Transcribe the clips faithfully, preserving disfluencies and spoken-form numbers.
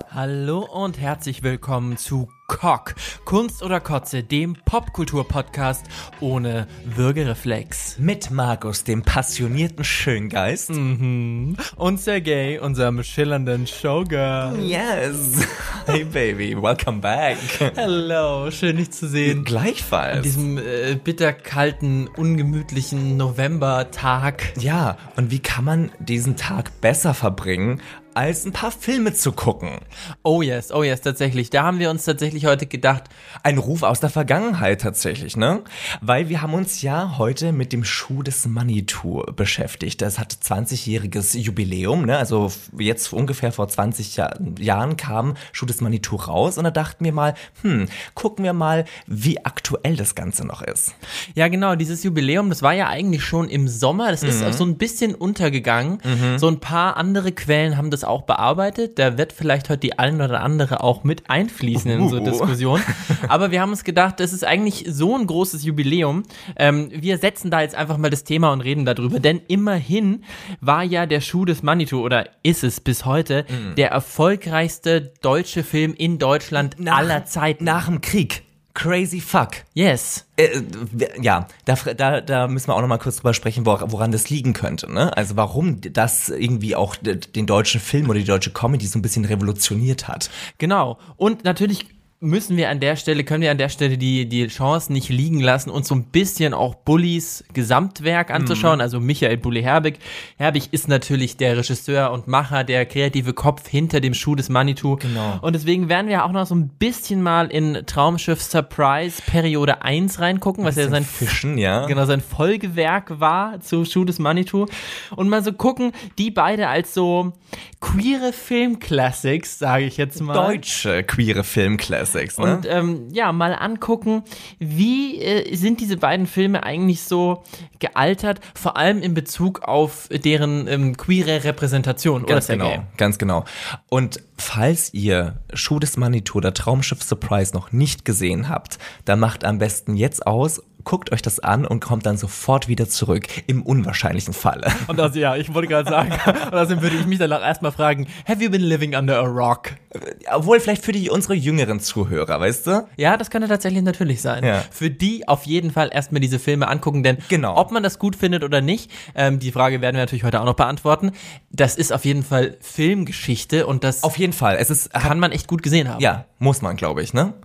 Hallo und herzlich willkommen zu Cock, Kunst oder Kotze, dem Popkultur-Podcast ohne Würgereflex. Mit Markus, dem passionierten Schöngeist. Mhm. Und Sergej, unserem schillernden Showgirl. Yes. Hey Baby, welcome back. Hello, schön dich zu sehen. Gleichfalls. An diesem äh, bitterkalten, ungemütlichen Novembertag. Ja, und wie kann man diesen Tag besser verbringen, als ein paar Filme zu gucken? Oh yes, oh yes, tatsächlich. Da haben wir uns tatsächlich heute gedacht. Ein Ruf aus der Vergangenheit tatsächlich, ne? Weil wir haben uns ja heute mit dem Schuh des Manitou beschäftigt. Das hat zwanzigjähriges Jubiläum, ne? Also jetzt ungefähr vor zwanzig Jahr, Jahren kam Schuh des Manitou raus und da dachten wir mal, hm, gucken wir mal, wie aktuell das Ganze noch ist. Ja, genau, dieses Jubiläum, das war ja eigentlich schon im Sommer. Das ist Mhm. so ein bisschen untergegangen. Mhm. So ein paar andere Quellen haben das auch bearbeitet. Da wird vielleicht heute die ein oder andere auch mit einfließen in unsere Uh. Diskussion. Aber wir haben uns gedacht, das ist eigentlich so ein großes Jubiläum. Ähm, wir setzen da jetzt einfach mal das Thema und reden darüber. Denn immerhin war ja der Schuh des Manitou, oder ist es bis heute, mhm. der erfolgreichste deutsche Film in Deutschland Nach, aller Zeiten. Nach dem Krieg. Crazy fuck. Yes. Äh, ja, da, da, da müssen wir auch noch mal kurz drüber sprechen, woran das liegen könnte, ne? Also warum das irgendwie auch den deutschen Film oder die deutsche Comedy so ein bisschen revolutioniert hat. Genau. Und natürlich müssen wir an der Stelle, können wir an der Stelle die, die Chance nicht liegen lassen, uns so ein bisschen auch Bullys Gesamtwerk anzuschauen, mhm. also Michael Bulli Herbig. Herbig ist natürlich der Regisseur und Macher, der kreative Kopf hinter dem Schuh des Manitou. Genau. Und deswegen werden wir auch noch so ein bisschen mal in Traumschiff Surprise Periode eins reingucken, was ja sein Fischen, ja. Genau, sein Folgewerk war zu Schuh des Manitou. Und mal so gucken, die beide als so queere Filmclassics, sage ich jetzt mal. Deutsche queere Filmclassics. Ne? Und ähm, ja, mal angucken, wie äh, sind diese beiden Filme eigentlich so gealtert, vor allem in Bezug auf deren ähm, queere Repräsentation. Ganz oder genau, ganz genau. Und falls ihr Schuh des Manitou oder Traumschiff Surprise noch nicht gesehen habt, dann macht am besten jetzt aus, guckt euch das an und kommt dann sofort wieder zurück, im unwahrscheinlichen Falle. Und also ja, ich wollte gerade sagen, und außerdem würde ich mich danach erstmal fragen, have you been living under a rock? Obwohl vielleicht für die unsere jüngeren Zuhörer, weißt du? Ja, das könnte tatsächlich natürlich sein. Ja. Für die auf jeden Fall erstmal diese Filme angucken, denn genau. ob man das gut findet oder nicht, ähm, die Frage werden wir natürlich heute auch noch beantworten. Das ist auf jeden Fall Filmgeschichte und das auf jeden Fall. Es ist, kann man echt gut gesehen haben. Ja, muss man, glaube ich, ne?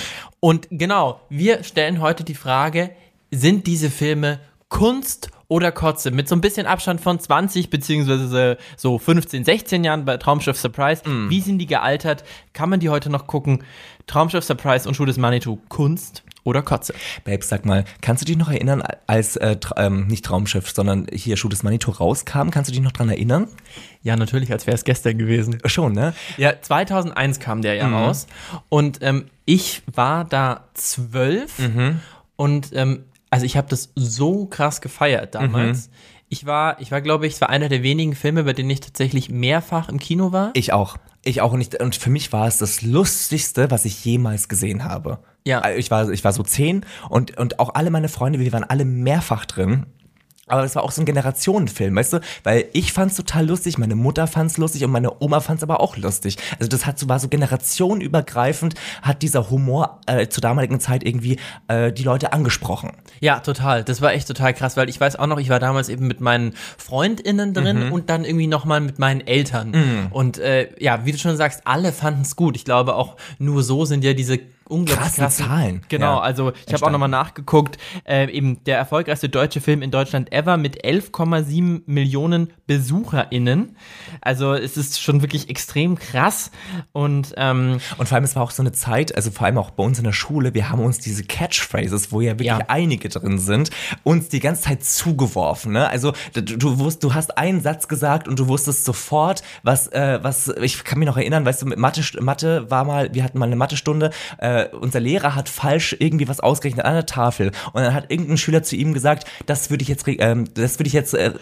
Und genau, wir stellen heute die Frage, sind diese Filme Kunst oder Kotze? Mit so ein bisschen Abstand von zwanzig beziehungsweise so fünfzehn, sechzehn Jahren bei Traumschiff Surprise. Mm. Wie sind die gealtert? Kann man die heute noch gucken? Traumschiff Surprise und Schuh des Manitou, Kunst oder Kotze? Babes, sag mal, kannst du dich noch erinnern, als, äh, tra- ähm, nicht Traumschiff, sondern hier Schuh des Manitou rauskam? Kannst du dich noch dran erinnern? Ja, natürlich, als wäre es gestern gewesen. Schon, ne? Ja, zweitausendeins kam der ja mhm. raus und ähm, ich war da zwölf mhm. und ähm, also ich habe das so krass gefeiert damals. Mhm. Ich war, ich war, glaube ich, es war einer der wenigen Filme, bei denen ich tatsächlich mehrfach im Kino war. Ich auch. Ich auch. Und, ich, und für mich war es das Lustigste, was ich jemals gesehen habe. Ja. Ich war, ich war so zehn und, und auch alle meine Freunde, wir waren alle mehrfach drin. Aber das war auch so ein Generationenfilm, weißt du? Weil ich fand's total lustig, meine Mutter fand's lustig und meine Oma fand's aber auch lustig. Also das hat so, war so generationenübergreifend, hat dieser Humor äh, zur damaligen Zeit irgendwie äh, die Leute angesprochen. Ja, total. Das war echt total krass, weil ich weiß auch noch, ich war damals eben mit meinen FreundInnen drin mhm. und dann irgendwie nochmal mit meinen Eltern. Mhm. Und äh, ja, wie du schon sagst, alle fanden's gut. Ich glaube auch, nur so sind ja diese unglaublich krassen, krassen Zahlen. Genau, ja, also ich habe auch nochmal nachgeguckt, äh, eben der erfolgreichste deutsche Film in Deutschland ever mit elf Komma sieben Millionen BesucherInnen. Also es ist schon wirklich extrem krass und ähm, und vor allem, es war auch so eine Zeit, also vor allem auch bei uns in der Schule, wir haben uns diese Catchphrases, wo ja wirklich ja. einige drin sind, uns die ganze Zeit zugeworfen, ne? Also du, du, wusst, du hast einen Satz gesagt und du wusstest sofort, was, äh, was, ich kann mich noch erinnern, weißt du, mit Mathe, Mathe war mal, wir hatten mal eine Mathestunde, äh, unser Lehrer hat falsch irgendwie was ausgerechnet an der Tafel und dann hat irgendein Schüler zu ihm gesagt, das würde ich jetzt, ähm, das würde ich jetzt äh,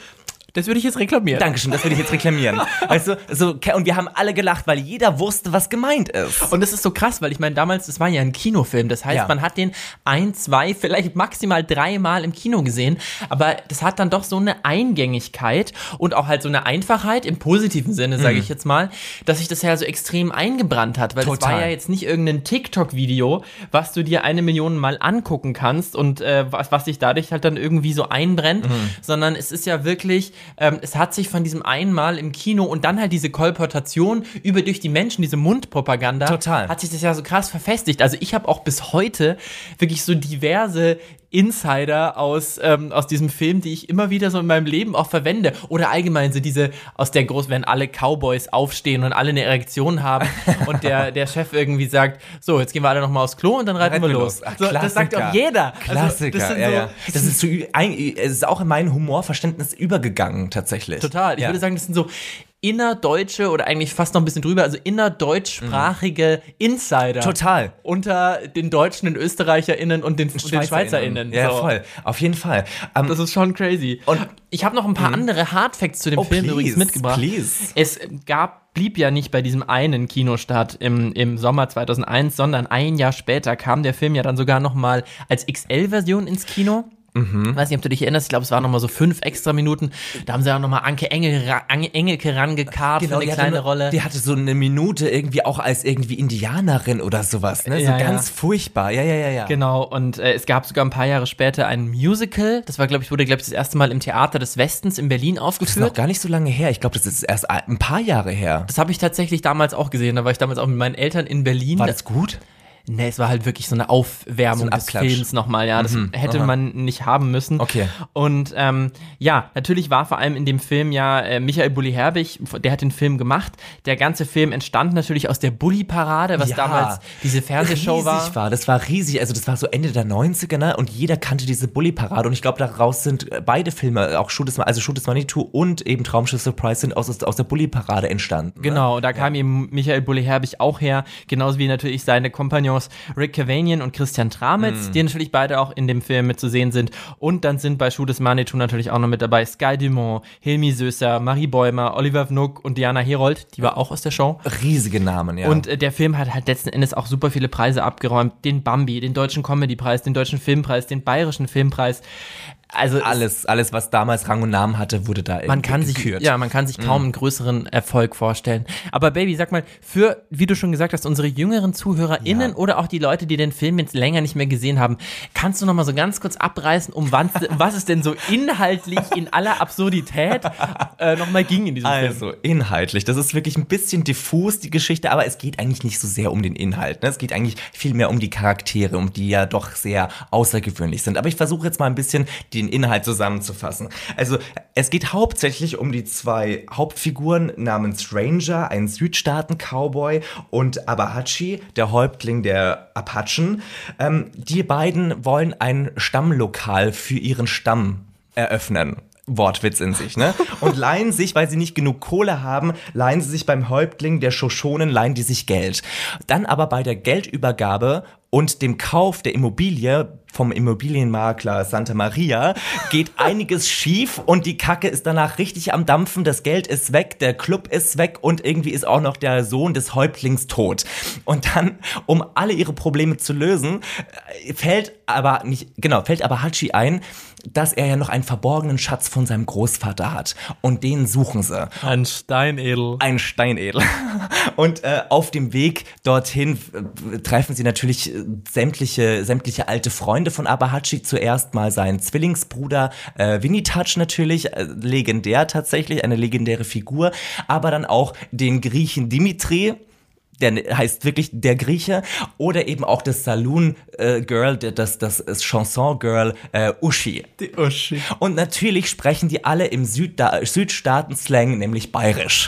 Das würde ich jetzt reklamieren. Dankeschön, das würde ich jetzt reklamieren. Weißt du, so, und wir haben alle gelacht, weil jeder wusste, was gemeint ist. Und das ist so krass, weil ich meine, damals, das war ja ein Kinofilm. Das heißt, Ja. man hat den ein, zwei, vielleicht maximal dreimal im Kino gesehen. Aber das hat dann doch so eine Eingängigkeit und auch halt so eine Einfachheit im positiven Sinne, sage ich jetzt mal, dass sich das ja so extrem eingebrannt hat. Weil das Total. war ja jetzt nicht irgendein TikTok-Video, was du dir eine Million Mal angucken kannst und äh, was, was sich dadurch halt dann irgendwie so einbrennt, sondern es ist ja wirklich, ähm, es hat sich von diesem einmal im Kino und dann halt diese Kolportation über durch die Menschen, diese Mundpropaganda, Total. hat sich das ja so krass verfestigt. Also ich habe auch bis heute wirklich so diverse Insider aus, ähm, aus diesem Film, die ich immer wieder so in meinem Leben auch verwende. Oder allgemein so diese, aus der Groß, wenn alle Cowboys aufstehen und alle eine Erektion haben und der, der Chef irgendwie sagt, so, jetzt gehen wir alle nochmal aufs Klo und dann reiten, Reiten wir wir los. los. Ach, So, das sagt Klassiker. auch jeder. Klassiker, Also, das sind ja, so, ja. Das ist, so, ein, es ist auch in mein Humorverständnis übergegangen, tatsächlich. Total. Ich ja. würde sagen, das sind so innerdeutsche oder eigentlich fast noch ein bisschen drüber, also innerdeutschsprachige Insider. Total. Unter den Deutschen, den österreicherInnen und den, und den SchweizerInnen. Ja, so. voll. Auf jeden Fall. Ähm, Das ist schon crazy. Und- ich habe noch ein paar andere Hardfacts zu dem Oh, Film please, übrigens mitgebracht. please. Es gab, blieb ja nicht bei diesem einen Kinostart im, im Sommer zweitausendeins, sondern ein Jahr später kam der Film ja dann sogar noch mal als X L-Version ins Kino. Mhm. Weiß nicht, ob du dich erinnerst, ich glaube, es waren nochmal so fünf extra Minuten. Da haben sie auch nochmal Anke Engel, Anke Engelke rangekarrt für eine die hatte kleine nur- Rolle. Die hatte so eine Minute irgendwie auch als irgendwie Indianerin oder sowas, ne? So Ja, ja. ganz furchtbar. Ja, ja, ja, ja. Genau, und äh, es gab sogar ein paar Jahre später ein Musical. Das war, glaube ich, wurde, glaube ich, das erste Mal im Theater des Westens in Berlin Das ist noch aufgeführt. gar nicht so lange her. Ich glaube, das ist erst ein paar Jahre her. Das habe ich tatsächlich damals auch gesehen. Da war ich damals auch mit meinen Eltern in Berlin. War das gut? Nee, es war halt wirklich so eine Aufwärmung So ein des Abklatsch. Films nochmal, ja. Das hätte aha. man nicht haben müssen. Okay. Und ähm, ja, natürlich war vor allem in dem Film ja äh, Michael Bulli-Herbig, der hat den Film gemacht. Der ganze Film entstand natürlich aus der Bulli-Parade, was Ja. damals diese Fernsehshow riesig war. war. Das war riesig. Also das war so Ende der neunziger, ne? Und jeder kannte diese Bully-Parade. Und ich glaube, daraus sind beide Filme, auch Shoot is, also Shoot is Manitou und eben Traumschiff Surprise, sind aus, aus der Bully-Parade entstanden. Ne? Genau, da kam eben Michael Bulli-Herbig auch her, genauso wie natürlich seine Kompagnons Rick Cavanian und Christian Tramitz, Mhm. die natürlich beide auch in dem Film mit zu sehen sind. Und dann sind bei Shoot is Manitou natürlich auch noch mit dabei Sky Dumont, Hilmi Söser, Marie Bäumer, Oliver Vnuk und Diana Herold, die war auch aus der Show. Riesige Namen, ja. Und äh, der Film hat halt letzten Endes auch super viele Preise abgeräumt. Den Bambi, den Deutschen Comedy-Preis, den Deutschen Filmpreis, den Bayerischen Filmpreis. Also es- alles, alles, was damals Rang und Namen hatte, wurde da man kann sich, gekürt. ja, man kann sich kaum einen größeren Erfolg vorstellen. Aber Baby, sag mal, für, wie du schon gesagt hast, unsere jüngeren ZuhörerInnen Ja. oder auch die Leute, die den Film jetzt länger nicht mehr gesehen haben, kannst du noch mal so ganz kurz abreißen, um, wann, um was es denn so inhaltlich in aller Absurdität äh, noch mal ging in diesem Film? Also, inhaltlich, das ist wirklich ein bisschen diffus, die Geschichte, aber es geht eigentlich nicht so sehr um den Inhalt. Ne? Es geht eigentlich viel mehr um die Charaktere, um die ja doch sehr außergewöhnlich sind. Aber ich versuche jetzt mal ein bisschen den Inhalt zusammenzufassen. Also, es geht hauptsächlich um die zwei Hauptfiguren namens Ranger, ein Südstaaten-Cowboy, und Abahachi, der Häuptling der Apachen. Ähm, die beiden wollen ein Stammlokal für ihren Stamm eröffnen. Wortwitz in sich, ne? Und leihen sich, weil sie nicht genug Kohle haben, leihen sie sich beim Häuptling der Shoshonen, leihen die sich Geld. Dann aber bei der Geldübergabe und dem Kauf der Immobilie vom Immobilienmakler Santa Maria geht einiges schief und die Kacke ist danach richtig am Dampfen, das Geld ist weg, der Club ist weg und irgendwie ist auch noch der Sohn des Häuptlings tot. Und dann, um alle ihre Probleme zu lösen, fällt aber nicht, genau, fällt aber Hachi ein, dass er ja noch einen verborgenen Schatz von seinem Großvater hat. Und den suchen sie. Ein Steinedel. Ein Steinedel. Und äh, auf dem Weg dorthin äh, treffen sie natürlich äh, sämtliche, sämtliche alte Freunde von Abahachi. Zuerst mal seinen Zwillingsbruder äh, Winnie-Touch natürlich, äh, legendär tatsächlich, eine legendäre Figur. Aber dann auch den Griechen Dimitri, der heißt wirklich der Grieche, oder eben auch das Saloon-Girl, äh, das, das Chanson-Girl äh, Uschi. Die Uschi. Und natürlich sprechen die alle im Südda- Südstaaten-Slang, nämlich bayerisch.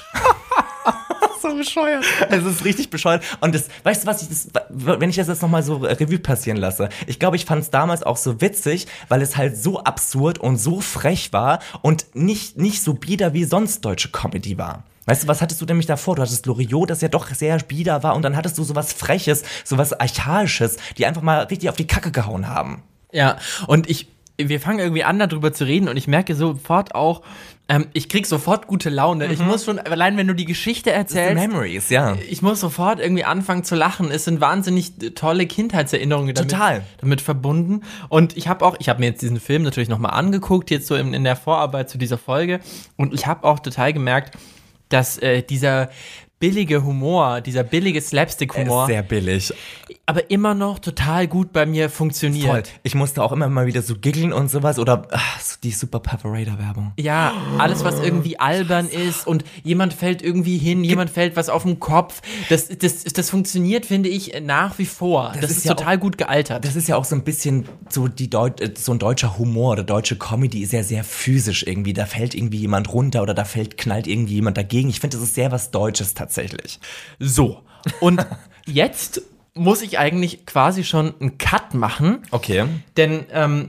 So bescheuert. Es ist richtig bescheuert. Und das, weißt du was, ich das, wenn ich das jetzt nochmal so Revue passieren lasse, ich glaube, ich fand es damals auch so witzig, weil es halt so absurd und so frech war und nicht, nicht so bieder wie sonst deutsche Comedy war. Weißt du, was hattest du nämlich davor? Du hattest Loriot, das ja doch sehr bieder war, und dann hattest du sowas Freches, sowas Archaisches, die einfach mal richtig auf die Kacke gehauen haben. Ja, und ich wir fangen irgendwie an, darüber zu reden und ich merke sofort auch, ähm, ich krieg sofort gute Laune. Mhm. Ich muss schon, allein wenn du die Geschichte erzählst, Memories, ja. Ich muss sofort irgendwie anfangen zu lachen. Es sind wahnsinnig tolle Kindheitserinnerungen damit, Total. damit verbunden. Und ich habe auch, ich habe mir jetzt diesen Film natürlich nochmal angeguckt, jetzt so in, in der Vorarbeit zu dieser Folge. Und ich habe auch total gemerkt, dass äh, dieser billige Humor, dieser billige Slapstick-Humor, sehr billig, aber immer noch total gut bei mir funktioniert. Voll. Ich musste auch immer mal wieder so giggeln und sowas oder ach, so die Super Pufferada-Werbung. Ja, alles, was irgendwie albern ist und jemand fällt irgendwie hin, jemand fällt was auf den Kopf, das, das, das funktioniert, finde ich, nach wie vor. Das, das ist, ist ja total auch, gut gealtert. Das ist ja auch so ein bisschen so, die Deut- so ein deutscher Humor oder deutsche Comedy ist ja sehr physisch irgendwie. Da fällt irgendwie jemand runter oder da fällt, knallt irgendwie jemand dagegen. Ich finde, das ist sehr was Deutsches tatsächlich. So, und jetzt muss ich eigentlich quasi schon einen Cut machen. Okay. Denn ähm,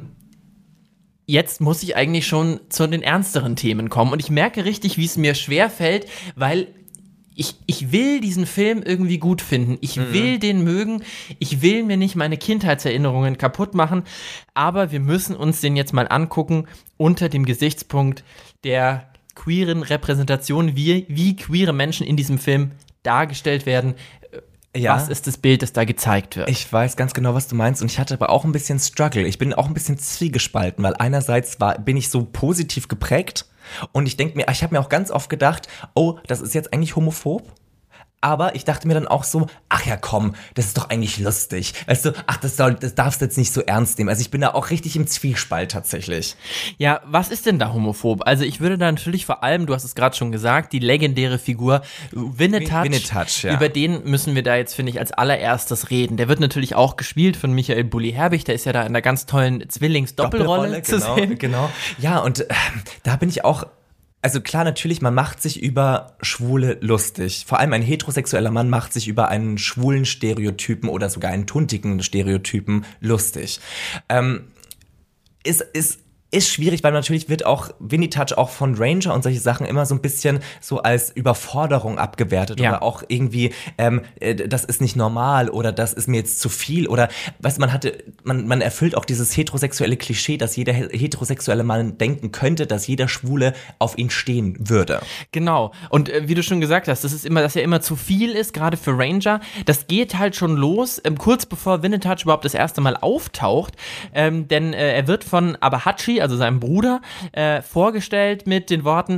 jetzt muss ich eigentlich schon zu den ernsteren Themen kommen. Und ich merke richtig, wie es mir schwerfällt, weil ich, ich will diesen Film irgendwie gut finden. Ich mhm. will den mögen. Ich will mir nicht meine Kindheitserinnerungen kaputt machen. Aber wir müssen uns den jetzt mal angucken unter dem Gesichtspunkt der queeren Repräsentation, wie, wie queere Menschen in diesem Film dargestellt werden. Ja. Was ist das Bild, das da gezeigt wird? Ich weiß ganz genau, was du meinst und ich hatte aber auch ein bisschen Struggle. Ich bin auch ein bisschen zwiegespalten, weil einerseits war, bin ich so positiv geprägt und ich denke mir, ich habe mir auch ganz oft gedacht, oh, das ist jetzt eigentlich homophob. Aber ich dachte mir dann auch so, ach ja komm, das ist doch eigentlich lustig. Weißt du, ach, das, soll, das darfst du jetzt nicht so ernst nehmen. Also ich bin da auch richtig im Zwiespalt tatsächlich. Ja, was ist denn da homophob? Also ich würde da natürlich vor allem, du hast es gerade schon gesagt, die legendäre Figur Winnetouch, Winnetouch, ja. Über den müssen wir da jetzt, finde ich, als allererstes reden. Der wird natürlich auch gespielt von Michael Bulli-Herbig, der ist ja da in einer ganz tollen Zwillings-Doppelrolle zu genau, sehen. Genau, ja, und äh, da bin ich auch... Also klar, natürlich, man macht sich über Schwule lustig. Vor allem ein heterosexueller Mann macht sich über einen schwulen Stereotypen oder sogar einen tuntigen Stereotypen lustig. Ähm, ist, ist, ist schwierig, weil natürlich wird auch Winnetouch auch von Ranger und solche Sachen immer so ein bisschen so als Überforderung abgewertet ja. oder auch irgendwie, ähm, das ist nicht normal oder das ist mir jetzt zu viel oder, weißt du, man hatte, man, man erfüllt auch dieses heterosexuelle Klischee, dass jeder heterosexuelle Mann denken könnte, dass jeder Schwule auf ihn stehen würde. Genau. Und äh, wie du schon gesagt hast, das ist immer, dass er immer zu viel ist, gerade für Ranger. Das geht halt schon los, ähm, kurz bevor Winnetouch überhaupt das erste Mal auftaucht, ähm, denn äh, er wird von Abahachi, also seinem Bruder, äh, vorgestellt mit den Worten: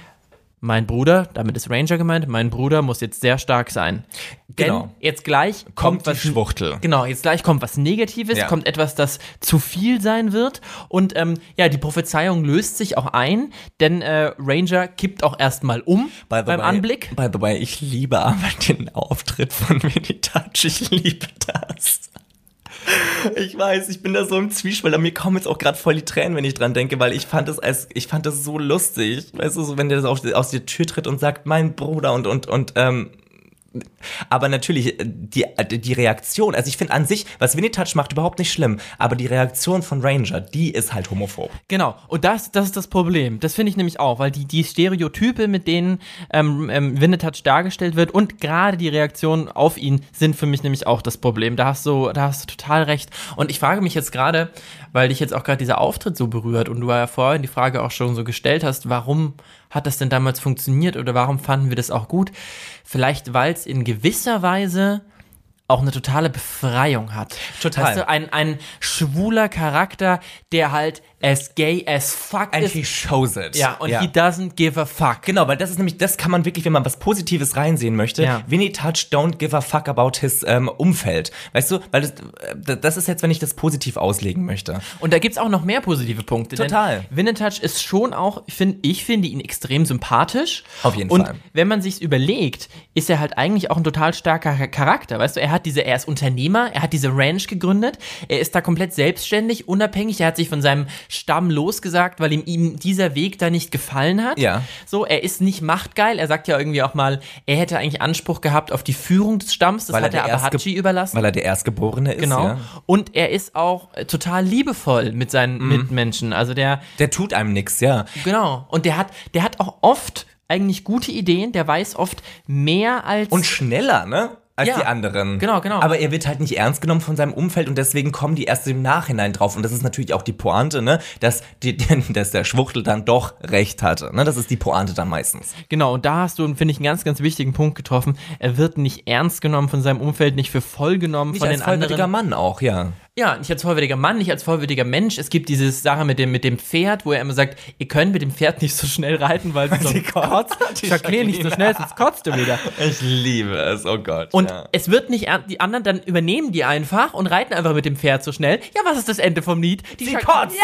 Mein Bruder, damit ist Ranger gemeint, mein Bruder muss jetzt sehr stark sein. Genau. Denn jetzt gleich kommt, kommt was die Schwuchtel. Genau, jetzt gleich kommt was Negatives, ja. kommt etwas, das zu viel sein wird. Und ähm, ja, die Prophezeiung löst sich auch ein, denn äh, Ranger kippt auch erstmal um beim way, Anblick. By the way, ich liebe aber den Auftritt von Winnetouch. Ich liebe das. Ich weiß, ich bin da so im Zwiespalt, aber mir kommen jetzt auch gerade voll die Tränen, wenn ich dran denke, weil ich fand das als, ich fand das so lustig, weißt du, so wenn der das auf, aus der Tür tritt und sagt, mein Bruder und, und, und, ähm, aber natürlich, die, die Reaktion, also ich finde an sich, was Winnetouch macht, überhaupt nicht schlimm, aber die Reaktion von Ranger, die ist halt homophob. Genau, und das, das ist das Problem. Das finde ich nämlich auch, weil die, die Stereotype, mit denen ähm, ähm, Winnetouch dargestellt wird und gerade die Reaktionen auf ihn sind für mich nämlich auch das Problem. Da hast du, da hast du total recht. Und ich frage mich jetzt gerade, weil dich jetzt auch gerade dieser Auftritt so berührt und du ja vorhin die Frage auch schon so gestellt hast, warum hat das denn damals funktioniert oder warum fanden wir das auch gut? Vielleicht, weil es in gewisser Weise auch eine totale Befreiung hat. Total. Weißt du, ein, ein schwuler Charakter, der halt as gay as fuck And ist. he shows it. Ja, und ja. he doesn't give a fuck. Genau, weil das ist nämlich, das kann man wirklich, wenn man was Positives reinsehen möchte, ja. Winnetouch don't give a fuck about his ähm, Umfeld. Weißt du, weil das, das ist jetzt, wenn ich das positiv auslegen möchte. Und da gibt's auch noch mehr positive Punkte. Total. Denn Winnetouch ist schon auch, find, ich finde ihn extrem sympathisch. Auf jeden und Fall. Und wenn man sich's überlegt, ist er halt eigentlich auch ein total starker Charakter. Weißt du, er hat diese, er ist Unternehmer, er hat diese Ranch gegründet, er ist da komplett selbstständig, unabhängig, er hat sich von seinem Stamm losgesagt, weil ihm, ihm dieser Weg da nicht gefallen hat. Ja. So, er ist nicht machtgeil, er sagt ja irgendwie auch mal, er hätte eigentlich Anspruch gehabt auf die Führung des Stamms, das weil hat er Abahachi überlassen. Weil er der Erstgeborene ist, genau. Ja. Und er ist auch äh, total liebevoll mit seinen mhm. Mitmenschen, also der... Der tut einem nix, ja. Genau, und der hat, der hat auch oft eigentlich gute Ideen, der weiß oft mehr als... Und schneller, ne? als Ja, die anderen. genau, genau. Aber er wird halt nicht ernst genommen von seinem Umfeld und deswegen kommen die erst im Nachhinein drauf. Und das ist natürlich auch die Pointe, ne, dass, die, dass der Schwuchtel dann doch recht hatte. Ne? Das ist die Pointe dann meistens. Genau, und da hast du, finde ich, einen ganz, ganz wichtigen Punkt getroffen. Er wird nicht ernst genommen von seinem Umfeld, nicht für voll genommen Nicht von als den anderen. vollwertiger Mann auch, ja. Ja, nicht als vollwertiger Mann, nicht als vollwertiger Mensch. Es gibt diese Sache mit dem, mit dem Pferd, wo er immer sagt, ihr könnt mit dem Pferd nicht so schnell reiten, weil es so kotzt. Jacqueline nicht so schnell, sonst kotzt du wieder. Ich liebe es, oh Gott. Und ja. es wird nicht, ernst, die anderen dann übernehmen die einfach und reiten einfach mit dem Pferd so schnell. Ja, was ist das Ende vom Lied? Die Sie Jac- kotzt.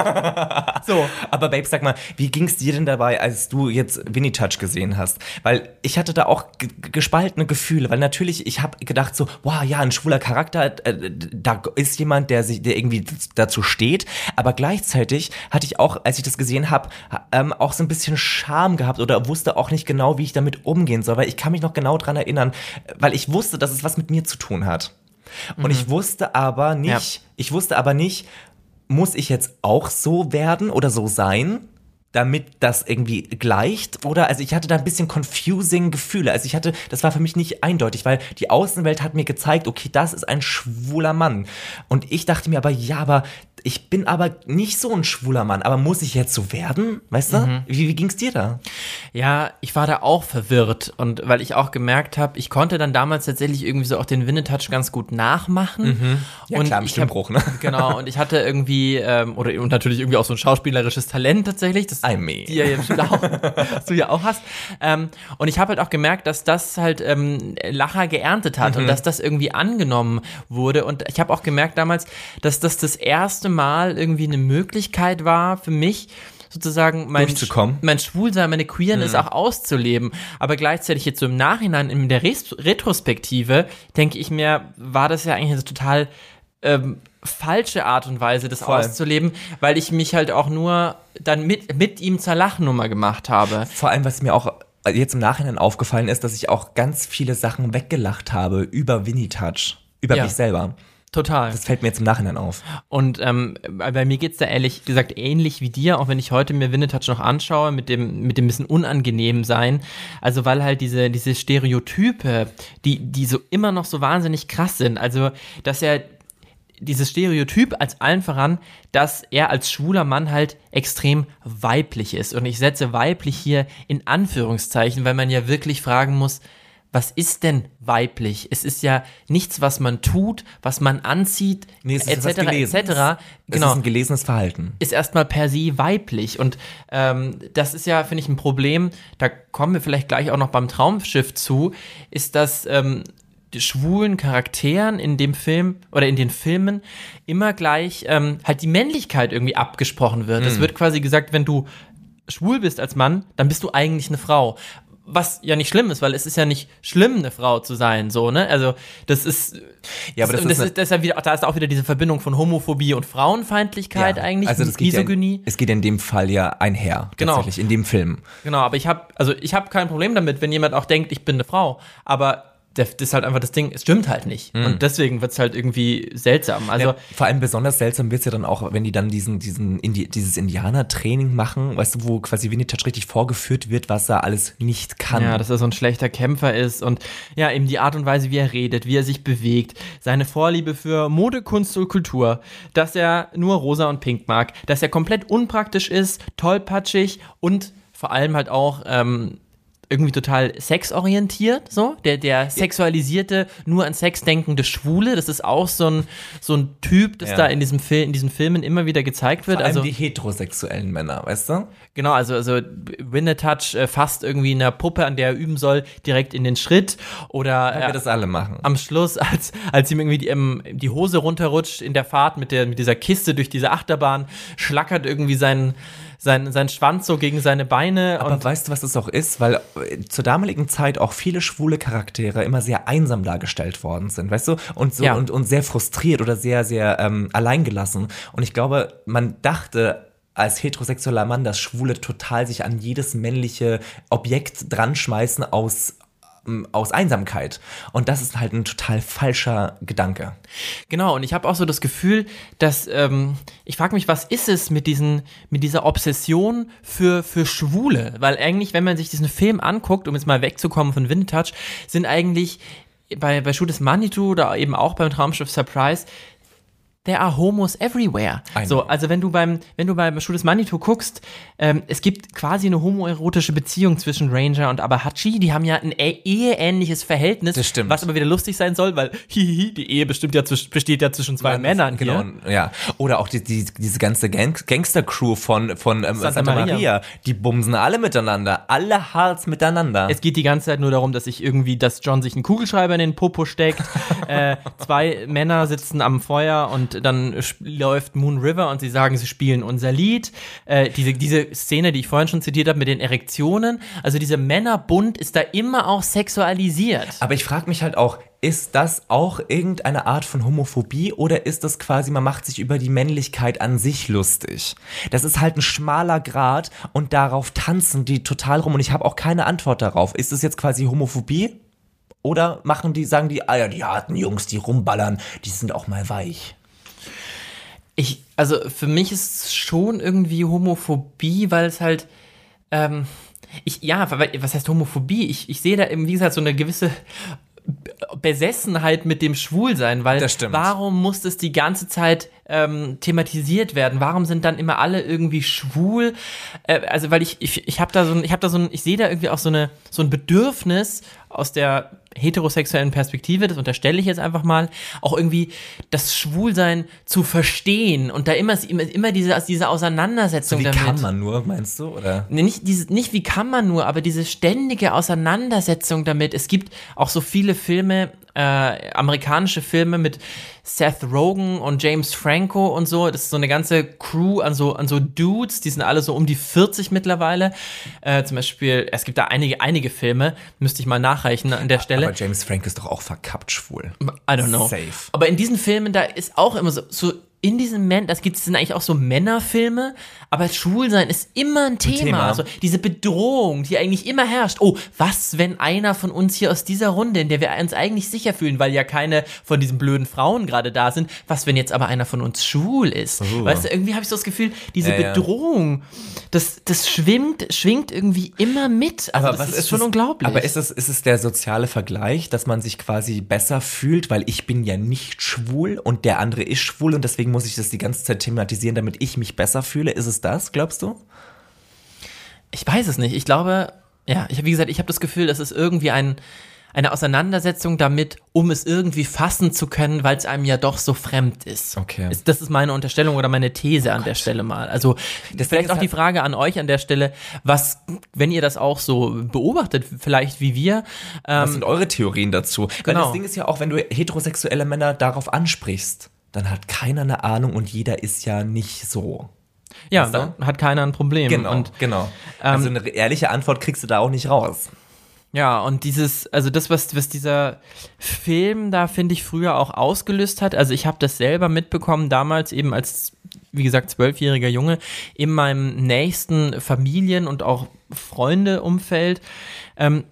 Ja. So. Aber Babe, sag mal, wie ging's dir denn dabei, als du jetzt Winnie Touch gesehen hast? Weil ich hatte da auch g- gespaltene Gefühle, weil natürlich, ich habe gedacht so, wow, ja, ein schwuler Charakter, äh, da ist jemand, der sich, der irgendwie dazu steht, aber gleichzeitig hatte ich auch, als ich das gesehen habe, ähm, auch so ein bisschen Scham gehabt oder wusste auch nicht genau, wie ich damit umgehen soll, weil ich kann mich noch genau dran erinnern, weil ich wusste, dass es was mit mir zu tun hat. Und mhm. ich wusste aber nicht, ja. ich wusste aber nicht, muss ich jetzt auch so werden oder so sein, damit das irgendwie gleicht? Oder, also ich hatte da ein bisschen confusing Gefühle. Also ich hatte, das war für mich nicht eindeutig, weil die Außenwelt hat mir gezeigt, okay, das ist ein schwuler Mann. Und ich dachte mir aber, ja, aber ich bin aber nicht so ein schwuler Mann, aber muss ich jetzt so werden? Weißt du? Mhm. Wie, wie ging's dir da? Ja, ich war da auch verwirrt und weil ich auch gemerkt habe, ich konnte dann damals tatsächlich irgendwie so auch den Winnie-Touch ganz gut nachmachen. Mhm. Ja, und klar, im Stimmbruch, ne? Genau, und ich hatte irgendwie, ähm, oder und natürlich irgendwie auch so ein schauspielerisches Talent tatsächlich, das I mean. die ja jetzt auch, was du ja auch hast. Ähm, und ich habe halt auch gemerkt, dass das halt ähm, Lacher geerntet hat mhm. und dass das irgendwie angenommen wurde. Und ich habe auch gemerkt damals, dass das das erste Mal irgendwie eine Möglichkeit war für mich, sozusagen mein, mein Schwulsein, meine Queerness mhm. auch auszuleben. Aber gleichzeitig jetzt so im Nachhinein, in der Res- Retrospektive, denke ich mir, war das ja eigentlich eine total ähm, falsche Art und Weise, das Voll. auszuleben, weil ich mich halt auch nur dann mit, mit ihm zur Lachnummer gemacht habe. Vor allem, was mir auch jetzt im Nachhinein aufgefallen ist, dass ich auch ganz viele Sachen weggelacht habe über Winnie Touch, über ja. mich selber. Total. Das fällt mir jetzt im Nachhinein auf. Und ähm, bei mir geht's da ehrlich gesagt ähnlich wie dir, auch wenn ich heute mir Winnie Touch noch anschaue, mit dem mit dem bisschen unangenehm sein. Also weil halt diese diese Stereotype, die die so immer noch so wahnsinnig krass sind. Also dass er dieses Stereotyp als allen voran, dass er als schwuler Mann halt extrem weiblich ist. Und ich setze weiblich hier in Anführungszeichen, weil man ja wirklich fragen muss, was ist denn weiblich? Es ist ja nichts, was man tut, was man anzieht, nee, es ist et cetera et cetera. Genau. Es ist ein gelesenes Verhalten. Ist erstmal per se weiblich. Und ähm, das ist ja, finde ich, ein Problem, da kommen wir vielleicht gleich auch noch beim Traumschiff zu, ist, dass ähm, die schwulen Charakteren in dem Film oder in den Filmen immer gleich ähm, halt die Männlichkeit irgendwie abgesprochen wird. Es mhm. wird quasi gesagt, wenn du schwul bist als Mann, dann bist du eigentlich eine Frau. Was ja nicht schlimm ist, weil es ist ja nicht schlimm, eine Frau zu sein, so, ne? Also, das ist. Ja, aber das, das ist, ist, das ist ja wieder, da ist auch wieder diese Verbindung von Homophobie und Frauenfeindlichkeit ja, eigentlich, also das geht Misogynie. Ja in, es geht in dem Fall ja einher, genau. tatsächlich, in dem Film. Genau, aber ich habe, also ich habe kein Problem damit, wenn jemand auch denkt, ich bin eine Frau, aber das ist halt einfach das Ding, es stimmt halt nicht. Mhm. Und deswegen wird es halt irgendwie seltsam. Also ja, vor allem besonders seltsam wird es ja dann auch, wenn die dann diesen, diesen Indi- dieses Indianer-Training machen, weißt du, wo quasi Winnie Touch richtig vorgeführt wird, was er alles nicht kann. Ja, dass er so ein schlechter Kämpfer ist und ja, eben die Art und Weise, wie er redet, wie er sich bewegt, seine Vorliebe für Mode, Kunst und Kultur, dass er nur rosa und pink mag, dass er komplett unpraktisch ist, tollpatschig und vor allem halt auch ähm, irgendwie total sexorientiert, so, der, der sexualisierte, nur an Sex denkende Schwule, das ist auch so ein, so ein Typ, das ja. da in diesem Film, in diesen Filmen immer wieder gezeigt wird. Vor allem also die heterosexuellen Männer, weißt du? Genau, also, also Winnie Touch äh, fasst irgendwie eine Puppe, an der er üben soll, direkt in den Schritt oder äh, wir das alle machen. Am Schluss, als, als ihm irgendwie die, ähm, die Hose runterrutscht in der Fahrt mit, der, mit dieser Kiste durch diese Achterbahn, schlackert irgendwie sein Sein, sein Schwanz so gegen seine Beine. Aber und weißt du, was das auch ist? Weil zur damaligen Zeit auch viele schwule Charaktere immer sehr einsam dargestellt worden sind, weißt du? Und so ja. und, und sehr frustriert oder sehr, sehr ähm, alleingelassen. Und ich glaube, man dachte als heterosexueller Mann, dass Schwule total sich an jedes männliche Objekt dran schmeißen aus aus Einsamkeit. Und das ist halt ein total falscher Gedanke. Genau, und ich habe auch so das Gefühl, dass, ähm, ich frage mich, was ist es mit diesen, mit dieser Obsession für, für Schwule? Weil eigentlich, wenn man sich diesen Film anguckt, um jetzt mal wegzukommen von Winnie Touch, sind eigentlich bei, bei Schuh des Manitou oder eben auch beim Traumschiff Surprise, there are homos everywhere. So, also wenn du beim, wenn du beim Schuh des Manitou guckst, ähm, es gibt quasi eine homoerotische Beziehung zwischen Ranger und Abahachi. Die haben ja ein eheähnliches Verhältnis, das stimmt. Was aber wieder lustig sein soll, weil hihihi, die Ehe bestimmt ja zwisch- besteht ja zwischen zwei Man, Männern. Genau, hier. ja. Oder auch die, die, diese ganze Gang- Gangster-Crew von, von ähm, Santa Santa, Maria. Maria. Die bumsen alle miteinander. Alle Hearts miteinander. Es geht die ganze Zeit nur darum, dass sich irgendwie, dass John sich einen Kugelschreiber in den Popo steckt. äh, zwei Männer sitzen am Feuer und dann sp- läuft Moon River und sie sagen, sie spielen unser Lied. Äh, diese, diese Szene, die ich vorhin schon zitiert habe mit den Erektionen, also dieser Männerbund ist da immer auch sexualisiert. Aber ich frage mich halt auch, ist das auch irgendeine Art von Homophobie oder ist das quasi, man macht sich über die Männlichkeit an sich lustig? Das ist halt ein schmaler Grat und darauf tanzen die total rum und ich habe auch keine Antwort darauf. Ist das jetzt quasi Homophobie? Oder machen die, sagen die, ah ja, die harten Jungs, die rumballern, die sind auch mal weich. Ich, also für mich ist es schon irgendwie Homophobie, weil es halt, ähm, ich, ja, was heißt Homophobie? Ich, ich sehe da eben, wie gesagt, so eine gewisse Besessenheit mit dem Schwulsein, weil Das stimmt. warum muss das die ganze Zeit ähm, thematisiert werden? Warum sind dann immer alle irgendwie schwul? Äh, also weil ich ich ich habe da so ein, ich habe da so ein, ich sehe da irgendwie auch so eine so ein Bedürfnis aus der heterosexuellen Perspektive, das unterstelle ich jetzt einfach mal, auch irgendwie das Schwulsein zu verstehen und da immer immer, immer diese diese Auseinandersetzung Wie damit. kann man nur, meinst du? Oder? Nee, nicht, diese, nicht wie kann man nur, aber diese ständige Auseinandersetzung damit. Es gibt auch so viele Filme, äh, amerikanische Filme mit Seth Rogen und James Franco und so. Das ist so eine ganze Crew an so, an so Dudes, die sind alle so um die vierzig mittlerweile. Äh, zum Beispiel, es gibt da einige, einige Filme, müsste ich mal nachreichen an der Stelle. Aber James Franco ist doch auch verkappt schwul. I don't know. Safe. Aber in diesen Filmen, da ist auch immer so, so in diesen Männern, das gibt es sind eigentlich auch so Männerfilme, aber Schwulsein ist immer ein Thema. Thema. Also diese Bedrohung, die eigentlich immer herrscht. Oh, was, wenn einer von uns hier aus dieser Runde, in der wir uns eigentlich sicher fühlen, weil ja keine von diesen blöden Frauen gerade da sind, was, wenn jetzt aber einer von uns schwul ist? Oh. Weißt du, irgendwie habe ich so das Gefühl, diese Ja, ja. Bedrohung, das, das schwimmt, schwingt irgendwie immer mit. Also Aber das was ist, ist schon es, unglaublich. Aber ist es, ist es der soziale Vergleich, dass man sich quasi besser fühlt, weil ich bin ja nicht schwul und der andere ist schwul und deswegen muss ich das die ganze Zeit thematisieren, damit ich mich besser fühle? Ist es das, glaubst du? Ich weiß es nicht. Ich glaube, ja, ich habe wie gesagt, ich habe das Gefühl, das ist irgendwie ein, eine Auseinandersetzung damit, um es irgendwie fassen zu können, weil es einem ja doch so fremd ist. Okay. Ist, das ist meine Unterstellung oder meine These an der Stelle mal. Also Das vielleicht Ding auch ist die halt- Frage an euch an der Stelle, was, wenn ihr das auch so beobachtet, vielleicht wie wir, Was ähm, sind eure Theorien dazu? Weil genau. das Ding ist ja auch, wenn du heterosexuelle Männer darauf ansprichst, dann hat keiner eine Ahnung und jeder ist ja nicht so. ja, Weißt du? dann hat keiner ein Problem. Genau, Und genau. Also eine ehrliche Antwort kriegst du da auch nicht raus. ja, und dieses, also das, was, was dieser Film da, finde ich, früher auch ausgelöst hat, also ich habe das selber mitbekommen, damals eben als, wie gesagt, zwölfjähriger Junge, in meinem nächsten Familien- und auch Freunde-Umfeld, ähm,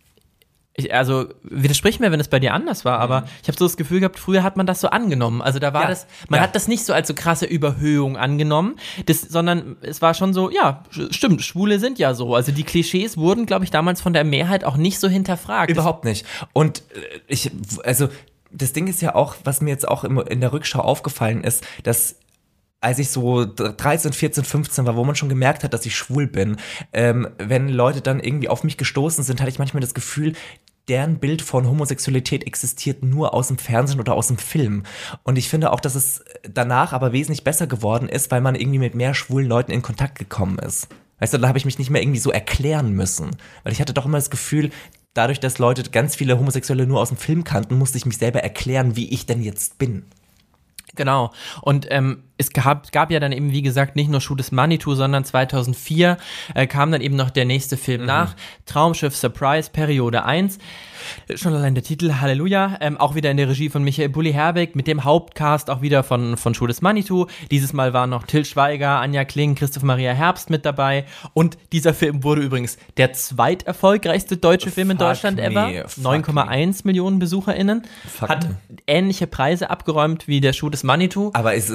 ich, also widersprich mir, wenn es bei dir anders war, aber ich habe so das Gefühl gehabt, früher hat man das so angenommen. Also da war Ja, das, man ja. hat das nicht so als so krasse Überhöhung angenommen, das, sondern es war schon so, ja, sch- stimmt, Schwule sind ja so. Also die Klischees wurden, glaube ich, damals von der Mehrheit auch nicht so hinterfragt. Überhaupt nicht. Und äh, ich, also das Ding ist ja auch, was mir jetzt auch im, in der Rückschau aufgefallen ist, dass als ich so dreizehn, vierzehn, fünfzehn war, wo man schon gemerkt hat, dass ich schwul bin, ähm, wenn Leute dann irgendwie auf mich gestoßen sind, hatte ich manchmal das Gefühl, deren Bild von Homosexualität existiert nur aus dem Fernsehen oder aus dem Film. Und ich finde auch, dass es danach aber wesentlich besser geworden ist, weil man irgendwie mit mehr schwulen Leuten in Kontakt gekommen ist. Weißt du, da habe ich mich nicht mehr irgendwie so erklären müssen. Weil ich hatte doch immer das Gefühl, dadurch, dass Leute ganz viele Homosexuelle nur aus dem Film kannten, musste ich mich selber erklären, wie ich denn jetzt bin. Genau. Und ähm, es gab, gab ja dann eben, wie gesagt, nicht nur Schuh des Manitou, sondern zweitausendvier äh, kam dann eben noch der nächste Film Mhm. nach. Traumschiff Surprise, Periode eins. Schon allein der Titel, Halleluja. Ähm, auch wieder in der Regie von Michael Bulli-Herbig, mit dem Hauptcast auch wieder von, von Schuh des Manitou. Dieses Mal waren noch Till Schweiger, Anja Kling, Christoph Maria Herbst mit dabei. Und dieser Film wurde übrigens der zweiterfolgreichste deutsche Film in Fuck Deutschland me, ever. fuck neun Komma eins Millionen BesucherInnen. Fuck Hat me. ähnliche Preise abgeräumt wie der Schuh des Manitou. Aber es ist wesentlich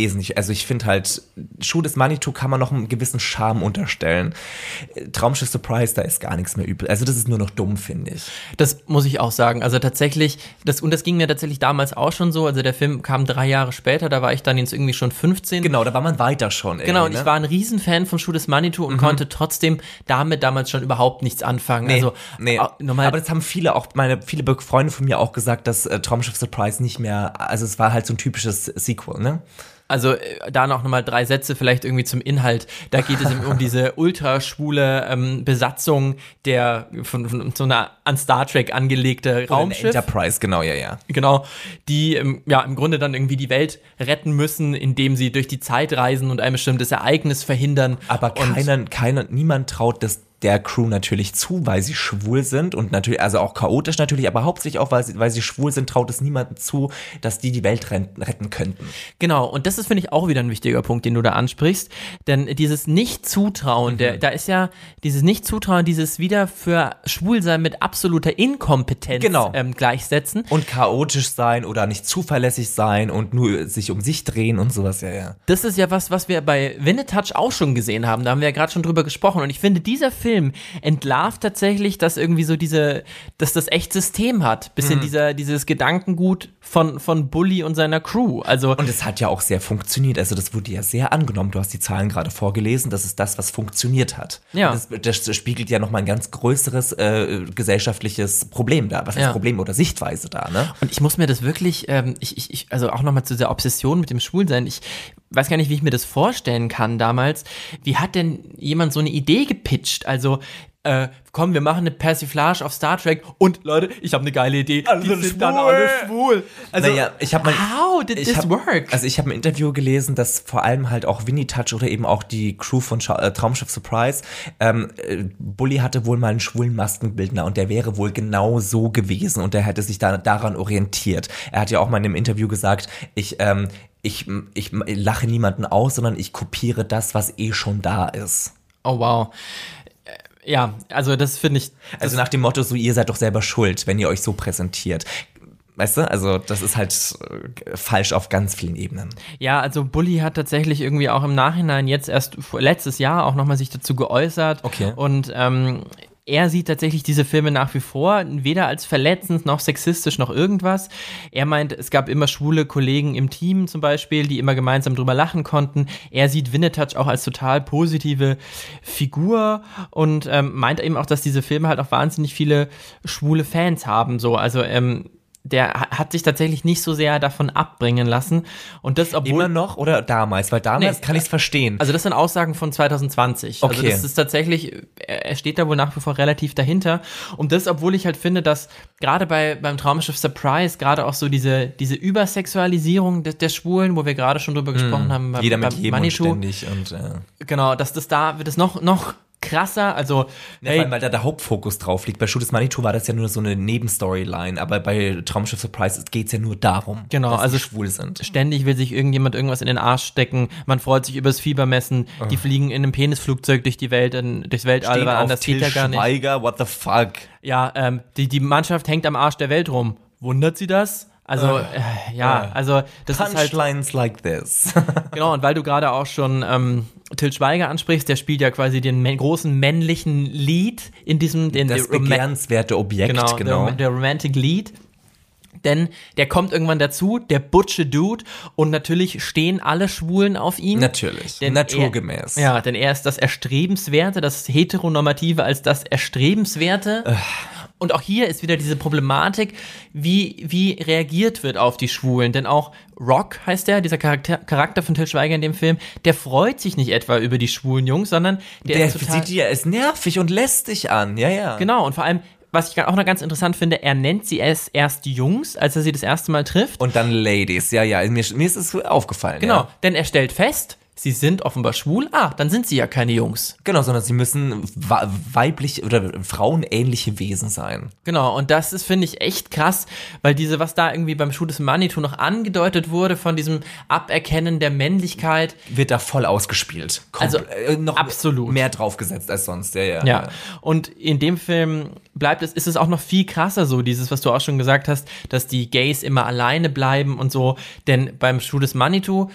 wesentlich. Also ich finde halt, Schuh des Manitou kann man noch einen gewissen Charme unterstellen. Traumschiff Surprise, da ist gar nichts mehr übrig. Also das ist nur noch dumm, finde ich. Das muss ich auch sagen. Also tatsächlich, das, und das ging mir tatsächlich damals auch schon so. Also der Film kam drei Jahre später, da war ich dann jetzt irgendwie schon fünfzehn. Genau, da war man weiter schon. Genau, und ne? ich war ein Riesenfan vom Schuh des Manitou und mhm. konnte trotzdem damit damals schon überhaupt nichts anfangen. Nee, also, nee. normal Aber das haben viele auch, meine viele Freunde von mir auch gesagt, dass äh, Traumschiff Surprise nicht mehr, also es war halt so ein typisches Sequel, ne? Also äh, da noch nochmal drei Sätze vielleicht irgendwie zum Inhalt. Da geht es um diese ultraschwule ähm, Besatzung der von, von so einer an Star Trek angelegte Raumschiff. Enterprise, genau, ja, ja. Genau, die ähm, ja im Grunde dann irgendwie die Welt retten müssen, indem sie durch die Zeit reisen und ein bestimmtes Ereignis verhindern. Aber keiner, keiner, niemand traut das der Crew natürlich zu, weil sie schwul sind und natürlich, also auch chaotisch natürlich, aber hauptsächlich auch, weil sie, weil sie schwul sind, traut es niemandem zu, dass die die Welt retten könnten. Genau, und das ist, finde ich, auch wieder ein wichtiger Punkt, den du da ansprichst, denn dieses Nicht-Zutrauen, mhm. der, da ist ja dieses Nicht-Zutrauen, dieses wieder für Schwulsein mit absoluter Inkompetenz genau. ähm, gleichsetzen. Und chaotisch sein oder nicht zuverlässig sein und nur sich um sich drehen und sowas, ja, ja. Das ist ja was, was wir bei Winnetouch auch schon gesehen haben, da haben wir ja gerade schon drüber gesprochen und ich finde, dieser Film entlarvt tatsächlich, dass irgendwie so diese, dass das echt System hat. Bisschen mhm. dieser, dieses Gedankengut von, von Bully und seiner Crew. Also und es hat ja auch sehr funktioniert. Also das wurde ja sehr angenommen. Du hast die Zahlen gerade vorgelesen. Das ist das, was funktioniert hat. Ja. Das, das spiegelt ja nochmal ein ganz größeres äh, gesellschaftliches Problem da. Was ist ja. Problem oder Sichtweise da, ne? Und ich muss mir das wirklich, ähm, ich, ich, ich, also auch nochmal zu dieser Obsession mit dem Schwulsein, ich weiß gar nicht, wie ich mir das vorstellen kann damals. Wie hat denn jemand so eine Idee gepitcht? Also, äh, komm, wir machen eine Persiflage auf Star Trek und Leute, ich habe eine geile Idee. Alle die sind sind schwul. dann alle schwul. Also, naja, ich habe mal, how did this hab, work? Also ich habe ein Interview gelesen, dass vor allem halt auch Winnetouch oder eben auch die Crew von Scha- äh, Traumschiff Surprise, ähm, äh, Bully hatte wohl mal einen schwulen Maskenbildner und der wäre wohl genau so gewesen und der hätte sich da daran orientiert. Er hat ja auch mal in einem Interview gesagt, ich, ähm, ich, ich, ich lache niemanden aus, sondern ich kopiere das, was eh schon da ist. Oh wow. Ja, also das finde ich... Das also nach dem Motto, so ihr seid doch selber schuld, wenn ihr euch so präsentiert. Weißt du, also das ist halt äh, falsch auf ganz vielen Ebenen. Ja, also Bully hat tatsächlich irgendwie auch im Nachhinein jetzt erst letztes Jahr auch nochmal sich dazu geäußert. Okay. Und ähm, er sieht tatsächlich diese Filme nach wie vor weder als verletzend noch sexistisch noch irgendwas. Er meint, es gab immer schwule Kollegen im Team zum Beispiel, die immer gemeinsam drüber lachen konnten. Er sieht Winnetouch auch als total positive Figur und ähm, meint eben auch, dass diese Filme halt auch wahnsinnig viele schwule Fans haben. So, also ähm, der hat sich tatsächlich nicht so sehr davon abbringen lassen. Und das, obwohl. Immer noch oder damals? Weil damals nee, kann ich es verstehen. Also das sind Aussagen von zwanzig zwanzig. Okay. Also das ist tatsächlich, er steht da wohl nach wie vor relativ dahinter. Und das, obwohl ich halt finde, dass gerade bei beim Traumschiff Surprise gerade auch so diese, diese Übersexualisierung der, der Schwulen, wo wir gerade schon drüber gesprochen mm, haben. Beim, jeder mit beim jedem Manitou, und ständig. Und, äh. Genau, dass das da wird es noch, noch krasser, also ja, hey, vor allem, weil da der Hauptfokus drauf liegt. Bei Schuh des Manitou war das ja nur so eine Nebenstoryline, aber bei Traumschiff Surprise geht es ja nur darum, genau, dass also sie schwul sind. Ständig will sich irgendjemand irgendwas in den Arsch stecken, man freut sich übers Fiebermessen, oh. die fliegen in einem Penisflugzeug durch die Welt, in, durchs Weltall, weil anders geht ja gar nicht. Schweiger, what the fuck? Ja, ähm, die, die Mannschaft hängt am Arsch der Welt rum. Wundert sie das? Also, äh, ja, also das ist halt... Punchlines like this. Genau, und weil du gerade auch schon ähm, Til Schweiger ansprichst, der spielt ja quasi den mä- großen männlichen Lead in diesem... Den, das der begehrenswerte Objekt, genau. genau. Der, der Romantic Lead. Denn der kommt irgendwann dazu, der butsche Dude, und natürlich stehen alle Schwulen auf ihm. Natürlich, denn naturgemäß. Er, ja, denn er ist das Erstrebenswerte, das Heteronormative als das Erstrebenswerte. Äh. Und auch hier ist wieder diese Problematik, wie, wie reagiert wird auf die Schwulen. Denn auch Rock heißt der, dieser Charakter, Charakter von Til Schweiger in dem Film, der freut sich nicht etwa über die schwulen Jungs, sondern der, der ist total... sieht die ja als nervig und lästig an, ja, ja. Genau, und vor allem... Was ich auch noch ganz interessant finde, er nennt sie erst, erst Jungs, als er sie das erste Mal trifft. Und dann Ladies, ja, ja, mir, mir ist es aufgefallen. Genau, ja. Denn er stellt fest, sie sind offenbar schwul. Ah, dann sind sie ja keine Jungs. Genau, sondern sie müssen weiblich oder frauenähnliche Wesen sein. Genau, und das ist, finde ich, echt krass, weil diese, was da irgendwie beim Schuh des Manitou noch angedeutet wurde, von diesem Aberkennen der Männlichkeit. Wird da voll ausgespielt. Kompl- also äh, noch absolut. Mehr draufgesetzt als sonst, ja, ja, ja. Ja, und in dem Film bleibt es, ist es auch noch viel krasser so, dieses, was du auch schon gesagt hast, dass die Gays immer alleine bleiben und so, denn beim Schuh des Manitou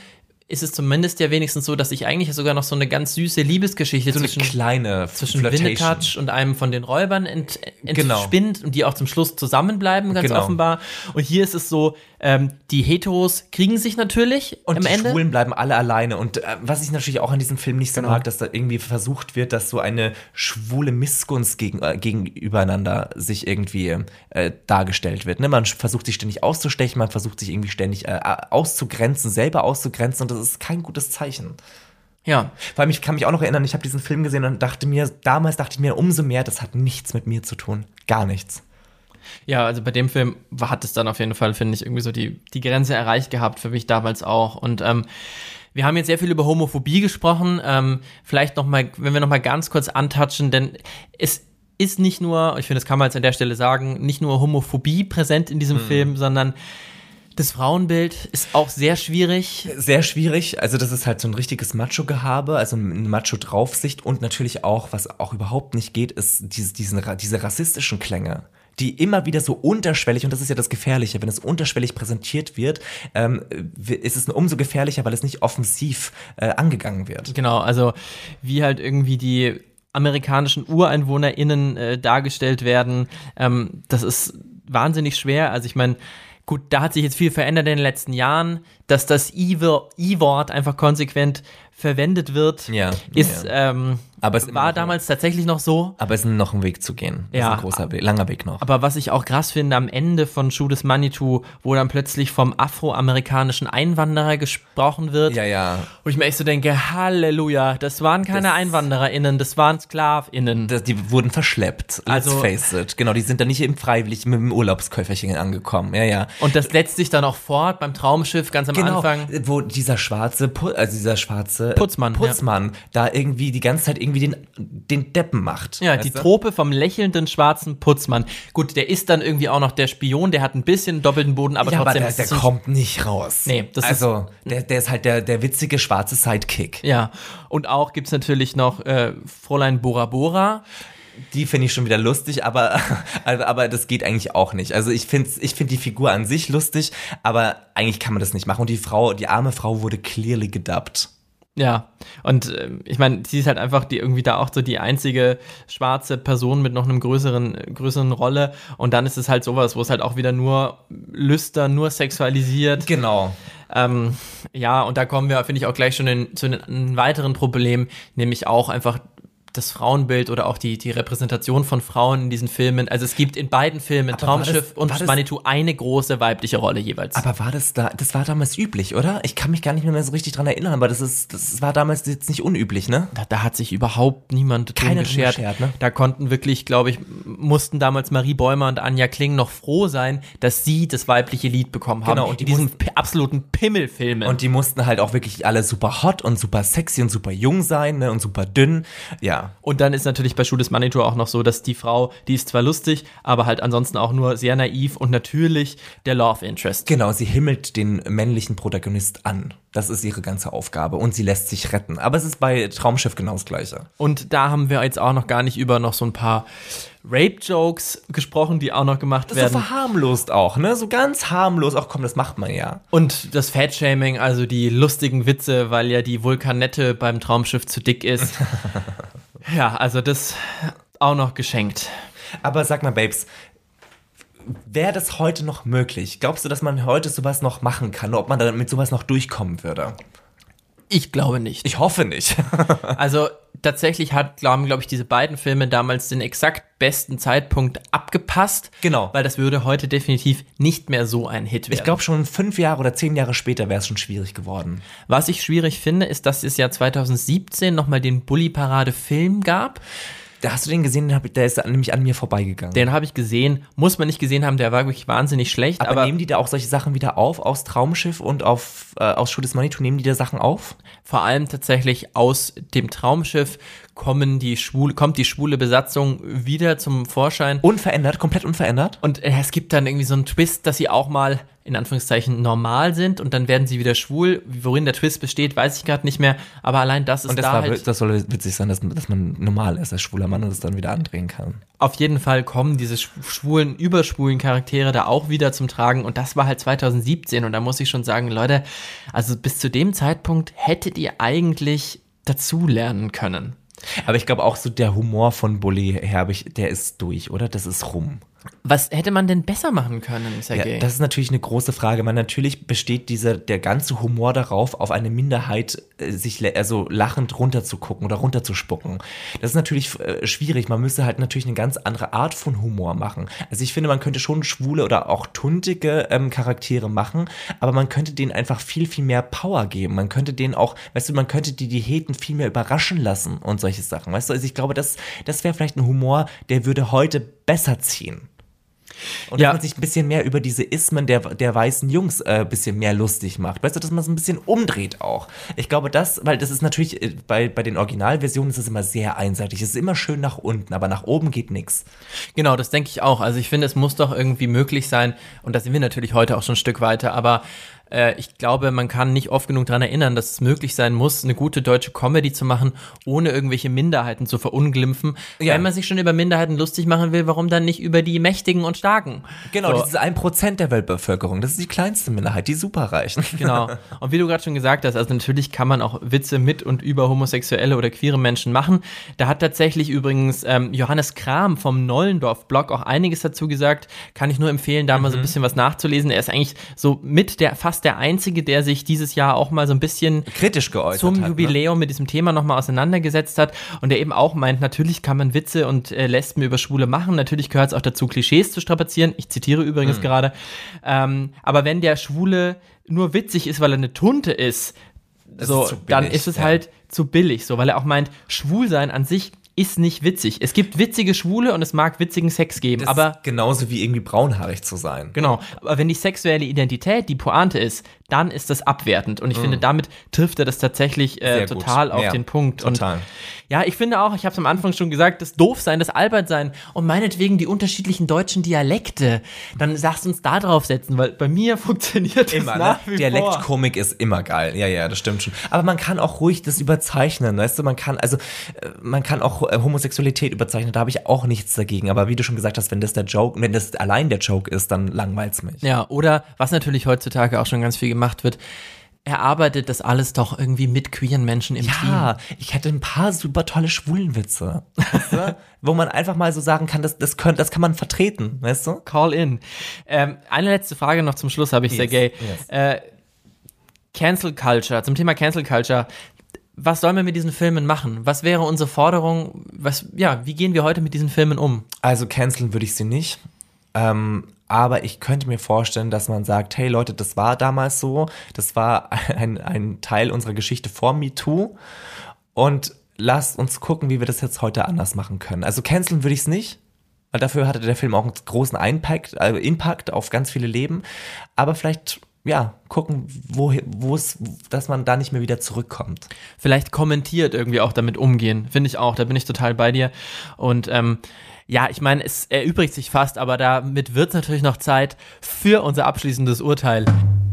ist es zumindest ja wenigstens so, dass sich eigentlich sogar noch so eine ganz süße Liebesgeschichte So eine zwischen, kleine zwischen Flirtation. Winnicott und einem von den Räubern ent, Genau. entspinnt und die auch zum Schluss zusammenbleiben, ganz Genau. offenbar. Und hier ist es so, ähm, die Heteros kriegen sich natürlich Und am die Ende. Schwulen bleiben alle alleine. Und äh, was ich natürlich auch an diesem Film nicht so Genau. mag, dass da irgendwie versucht wird, dass so eine schwule Missgunst gegen, äh, gegenübereinander sich irgendwie äh, dargestellt wird. Ne? Man versucht sich ständig auszustechen, man versucht sich irgendwie ständig äh, auszugrenzen, selber auszugrenzen. Und das ist kein gutes Zeichen. Ja. Vor allem, ich kann mich auch noch erinnern, ich habe diesen Film gesehen und dachte mir, damals dachte ich mir umso mehr, das hat nichts mit mir zu tun. Gar nichts. Ja, also bei dem Film hat es dann auf jeden Fall, finde ich, irgendwie so die, die Grenze erreicht gehabt, für mich damals auch. Und ähm, wir haben jetzt sehr viel über Homophobie gesprochen. Ähm, vielleicht noch mal, wenn wir noch mal ganz kurz antatschen, denn es ist nicht nur, ich finde, das kann man jetzt an der Stelle sagen, nicht nur Homophobie präsent in diesem mhm. Film, sondern das Frauenbild ist auch sehr schwierig. Sehr schwierig. Also das ist halt so ein richtiges Macho-Gehabe, also eine Macho-Draufsicht. Und natürlich auch, was auch überhaupt nicht geht, ist diese, diesen, diese rassistischen Klänge, die immer wieder so unterschwellig, und das ist ja das Gefährliche, wenn es unterschwellig präsentiert wird, ähm, ist es umso gefährlicher, weil es nicht offensiv äh, angegangen wird. Genau, also wie halt irgendwie die amerikanischen UreinwohnerInnen äh, dargestellt werden, ähm, das ist wahnsinnig schwer. Also ich meine, gut, da hat sich jetzt viel verändert in den letzten Jahren, dass das I-Wort einfach konsequent verwendet wird, ja, ist, ja. Ähm, aber es war damals tatsächlich noch so. Aber es ist noch ein Weg zu gehen. Das ja, ist ein großer Weg, langer Weg noch. Aber was ich auch krass finde, am Ende von Schuh des Manitou, wo dann plötzlich vom afroamerikanischen Einwanderer gesprochen wird, ja, ja. wo ich mir echt so denke, Halleluja, das waren keine das, EinwandererInnen, das waren SklavInnen. Das, die wurden verschleppt, let's also, face it. Genau, die sind dann nicht eben freiwillig mit dem Urlaubsköfferchen angekommen, ja, ja. Und das setzt sich dann auch fort beim Traumschiff ganz am genau, Anfang. Wo dieser schwarze, also dieser schwarze Putzmann, Putzmann ja. da irgendwie die ganze Zeit irgendwie den, den Deppen macht. Ja, die du? Trope vom lächelnden schwarzen Putzmann. Gut, der ist dann irgendwie auch noch der Spion, der hat ein bisschen einen doppelten Boden, aber ja, trotzdem. aber der, der kommt nicht raus. Nee, das also, ist, der, der ist halt der, der witzige schwarze Sidekick. Ja, und auch gibt's natürlich noch äh, Fräulein Bora Bora. Die finde ich schon wieder lustig, aber, aber das geht eigentlich auch nicht. Also ich finde ich find die Figur an sich lustig, aber eigentlich kann man das nicht machen. Und die Frau, die arme Frau wurde clearly gedubbt. Ja, und äh, ich meine, sie ist halt einfach die irgendwie da auch so die einzige schwarze Person mit noch einem größeren, größeren Rolle. Und dann ist es halt sowas, wo es halt auch wieder nur lüstern, nur sexualisiert. Genau. Ähm, ja, und da kommen wir, finde ich, auch gleich schon in, zu einem weiteren Problem, nämlich auch einfach das Frauenbild oder auch die, die Repräsentation von Frauen in diesen Filmen. Also es gibt in beiden Filmen, aber Traumschiff das, und Manitou, eine große weibliche Rolle jeweils. Aber war das da, das war damals üblich, oder? Ich kann mich gar nicht mehr so richtig dran erinnern, aber das ist, das war damals jetzt nicht unüblich, ne? Da, da hat sich überhaupt niemand drum geschert. geschert ne? Da konnten wirklich, glaube ich, mussten damals Marie Bäumer und Anja Kling noch froh sein, dass sie das weibliche Lied bekommen haben. Genau, und die in diesen mussten, absoluten Pimmelfilmen. Und die mussten halt auch wirklich alle super hot und super sexy und super jung sein, ne? Und super dünn, ja. Und dann ist natürlich bei Schuh des Manitou auch noch so, dass die Frau, die ist zwar lustig, aber halt ansonsten auch nur sehr naiv und natürlich der Love Interest. Genau, sie himmelt den männlichen Protagonist an. Das ist ihre ganze Aufgabe und sie lässt sich retten. Aber es ist bei Traumschiff genau das Gleiche. Und da haben wir jetzt auch noch gar nicht über noch so ein paar Rape-Jokes gesprochen, die auch noch gemacht das werden. So verharmlost auch, ne? So ganz harmlos. Auch komm, das macht man ja. Und das Fat-Shaming, also die lustigen Witze, weil ja die Vulkanette beim Traumschiff zu dick ist. Ja, also das auch noch geschenkt. Aber sag mal, Babes, wäre das heute noch möglich? Glaubst du, dass man heute sowas noch machen kann? Ob man da mit sowas noch durchkommen würde? Ich glaube nicht. Ich hoffe nicht. Also tatsächlich hat, glauben, glaube ich, diese beiden Filme damals den exakt besten Zeitpunkt abgepasst. Genau. Weil das würde heute definitiv nicht mehr so ein Hit werden. Ich glaube, schon fünf Jahre oder zehn Jahre später wäre es schon schwierig geworden. Was ich schwierig finde, ist, dass es ja zwanzig siebzehn nochmal den Bully-Parade-Film gab. Da hast du den gesehen, der ist nämlich an mir vorbeigegangen. Den habe ich gesehen, muss man nicht gesehen haben, der war wirklich wahnsinnig schlecht. Aber, aber nehmen die da auch solche Sachen wieder auf, aus Traumschiff und auf, äh, aus Schuh des Manitou, nehmen die da Sachen auf? Vor allem tatsächlich aus dem Traumschiff kommen die schwule, kommt die schwule Besatzung wieder zum Vorschein. Unverändert, komplett unverändert? Und äh, es gibt dann irgendwie so einen Twist, dass sie auch mal in Anführungszeichen normal sind und dann werden sie wieder schwul. Worin der Twist besteht, weiß ich gerade nicht mehr, aber allein das ist und das da war, halt... das soll witzig sein, dass, dass man normal ist als schwuler Mann und es dann wieder andrehen kann. Auf jeden Fall kommen diese schwulen, überschwulen Charaktere da auch wieder zum Tragen und das war halt zwanzig siebzehn und da muss ich schon sagen, Leute, also bis zu dem Zeitpunkt hättet ihr eigentlich dazulernen können. Aber ich glaube auch so der Humor von Bully Herbig, der ist durch, oder? Das ist rum. Was hätte man denn besser machen können, Sergej? Ja, das ist natürlich eine große Frage. Man natürlich besteht dieser, der ganze Humor darauf, auf eine Minderheit äh, sich also lachend runterzugucken oder runterzuspucken. Das ist natürlich äh, schwierig. Man müsste halt natürlich eine ganz andere Art von Humor machen. Also ich finde, man könnte schon schwule oder auch tuntige ähm, Charaktere machen, aber man könnte denen einfach viel, viel mehr Power geben. Man könnte denen auch, weißt du, man könnte die Diäten viel mehr überraschen lassen und solche Sachen. Weißt du, also ich glaube, das, das wäre vielleicht ein Humor, der würde heute besser ziehen. Und ja. dass man sich ein bisschen mehr über diese Ismen der, der weißen Jungs ein äh, bisschen mehr lustig macht. Weißt du, dass man es ein bisschen umdreht auch. Ich glaube, das, weil das ist natürlich, äh, bei, bei den Originalversionen ist es immer sehr einseitig. Es ist immer schön nach unten, aber nach oben geht nichts. Genau, das denke ich auch. Also ich finde, es muss doch irgendwie möglich sein, und da sind wir natürlich heute auch schon ein Stück weiter, aber äh, ich glaube, man kann nicht oft genug daran erinnern, dass es möglich sein muss, eine gute deutsche Comedy zu machen, ohne irgendwelche Minderheiten zu verunglimpfen. Ja. Wenn man sich schon über Minderheiten lustig machen will, warum dann nicht über die Mächtigen und Starken? Genau, so. Das ist ein Prozent der Weltbevölkerung. Das ist die kleinste Minderheit, die Superreichen. Genau. Und wie du gerade schon gesagt hast, also natürlich kann man auch Witze mit und über homosexuelle oder queere Menschen machen. Da hat tatsächlich übrigens ähm, Johannes Kram vom Nollendorf-Blog auch einiges dazu gesagt. Kann ich nur empfehlen, da mhm. mal so ein bisschen was nachzulesen. Er ist eigentlich so mit der fast der Einzige, der sich dieses Jahr auch mal so ein bisschen kritisch geäußert zum hat, Jubiläum ne? mit diesem Thema nochmal auseinandergesetzt hat und der eben auch meint, natürlich kann man Witze und äh, Lesben über Schwule machen, natürlich gehört es auch dazu, Klischees zu strapazieren, ich zitiere übrigens mhm. gerade, ähm, aber wenn der Schwule nur witzig ist, weil er eine Tunte ist, so, ist billig, dann ist es ja. halt zu billig, so, weil er auch meint, Schwulsein an sich ist nicht witzig. Es gibt witzige Schwule und es mag witzigen Sex geben, das aber ist genauso wie irgendwie braunhaarig zu sein. Genau, aber wenn die sexuelle Identität die Pointe ist, dann ist das abwertend und ich mm. finde, damit trifft er das tatsächlich äh, total auf ja, den Punkt. Total. Und ja, ich finde auch, ich habe es am Anfang schon gesagt, das Doofsein, das Albertsein und meinetwegen die unterschiedlichen deutschen Dialekte, dann sagst du uns da drauf setzen, weil bei mir funktioniert immer, das nach ne? wie Dialektkomik ist immer geil, ja, ja, das stimmt schon. Aber man kann auch ruhig das überzeichnen, weißt du, man kann, also man kann auch Homosexualität überzeichnen, da habe ich auch nichts dagegen, aber wie du schon gesagt hast, wenn das der Joke, wenn das allein der Joke ist, dann langweilt's mich. Ja, oder was natürlich heutzutage auch schon ganz viel gemacht wird, er arbeitet das alles doch irgendwie mit queeren Menschen im ja, Team. Ja, ich hätte ein paar super tolle Schwulenwitze, weißt du? Wo man einfach mal so sagen kann, das, das, könnt, das kann man vertreten, weißt du? Call in. Ähm, eine letzte Frage noch zum Schluss habe ich, yes, Sergej. Yes. Äh, Cancel Culture, zum Thema Cancel Culture. Was sollen wir mit diesen Filmen machen? Was wäre unsere Forderung? Was, ja, wie gehen wir heute mit diesen Filmen um? Also canceln würde ich sie nicht. Ähm, aber ich könnte mir vorstellen, dass man sagt, hey Leute, das war damals so, das war ein, ein Teil unserer Geschichte vor MeToo und lasst uns gucken, wie wir das jetzt heute anders machen können. Also canceln würde ich es nicht, weil dafür hatte der Film auch einen großen Impact, also Impact auf ganz viele Leben, aber vielleicht ja, gucken, wo, wo es, dass man da nicht mehr wieder zurückkommt. Vielleicht kommentiert irgendwie auch damit umgehen, finde ich auch, da bin ich total bei dir und ähm, ja, ich meine, es erübrigt sich fast, aber damit wird es natürlich noch Zeit für unser abschließendes Urteil.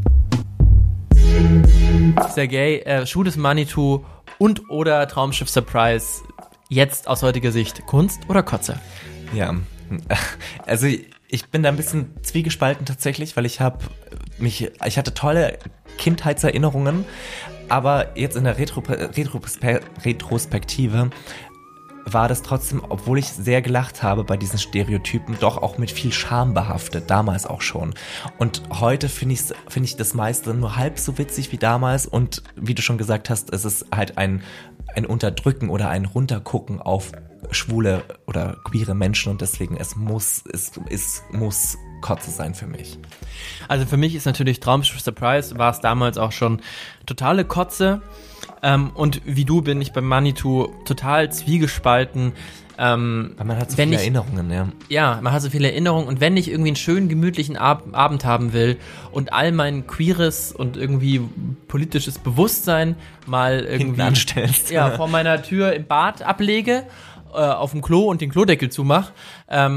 Sergej, äh, Schuh des Manitou und oder Traumschiff Surprise, jetzt aus heutiger Sicht Kunst oder Kotze? Ja, also ich bin da ein bisschen zwiegespalten tatsächlich, weil ich habe mich, ich hatte tolle Kindheitserinnerungen, aber jetzt in der Retro, Retro, Retrospektive war das trotzdem, obwohl ich sehr gelacht habe bei diesen Stereotypen, doch auch mit viel Scham behaftet, damals auch schon. Und heute finde ich, find ich das meiste nur halb so witzig wie damals und wie du schon gesagt hast, es ist halt ein, ein Unterdrücken oder ein Runtergucken auf schwule oder queere Menschen und deswegen es muss, es, es muss Kotze sein für mich. Also für mich ist natürlich Traumschiff Surprise, war es damals auch schon totale Kotze. Ähm, und wie du bin ich beim Manitou total zwiegespalten. Ähm, Weil man hat so viele ich, Erinnerungen, ja. Ja, man hat so viele Erinnerungen und wenn ich irgendwie einen schönen, gemütlichen Ab- Abend haben will und all mein queeres und irgendwie politisches Bewusstsein mal irgendwie anstellst. Ja, vor meiner Tür im Bad ablege, äh, auf dem Klo und den Klodeckel zumache, ähm,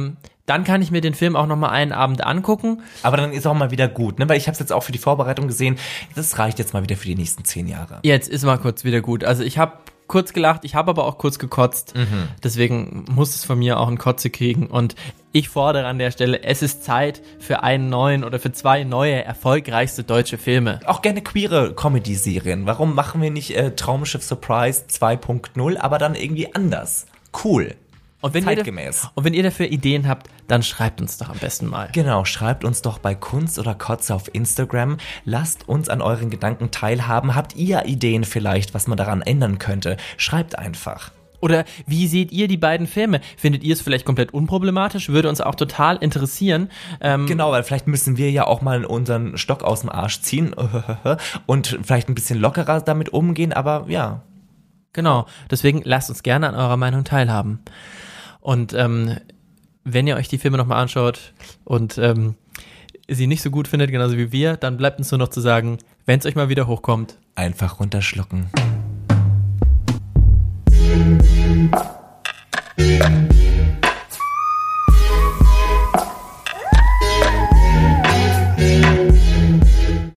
dann kann ich mir den Film auch nochmal einen Abend angucken. Aber dann ist auch mal wieder gut, ne? Weil ich habe es jetzt auch für die Vorbereitung gesehen, das reicht jetzt mal wieder für die nächsten zehn Jahre. Jetzt ist mal kurz wieder gut. Also ich habe kurz gelacht, ich habe aber auch kurz gekotzt. Mhm. Deswegen muss es von mir auch ein Kotze kriegen. Und ich fordere an der Stelle, es ist Zeit für einen neuen oder für zwei neue, erfolgreichste deutsche Filme. Auch gerne queere Comedy-Serien. Warum machen wir nicht äh, Traumschiff Surprise zwei Punkt null, aber dann irgendwie anders? Cool. Und wenn, Zeitgemäß. Ihr, und wenn ihr dafür Ideen habt, dann schreibt uns doch am besten mal. Genau, schreibt uns doch bei Kunst oder Kotze auf Instagram. Lasst uns an euren Gedanken teilhaben. Habt ihr Ideen vielleicht, was man daran ändern könnte? Schreibt einfach. Oder wie seht ihr die beiden Filme? Findet ihr es vielleicht komplett unproblematisch? Würde uns auch total interessieren. Ähm, genau, weil vielleicht müssen wir ja auch mal unseren Stock aus dem Arsch ziehen und vielleicht ein bisschen lockerer damit umgehen, aber ja. Genau, deswegen lasst uns gerne an eurer Meinung teilhaben. Und ähm, wenn ihr euch die Filme nochmal anschaut und ähm, sie nicht so gut findet, genauso wie wir, dann bleibt uns nur noch zu sagen, wenn es euch mal wieder hochkommt, einfach runterschlucken.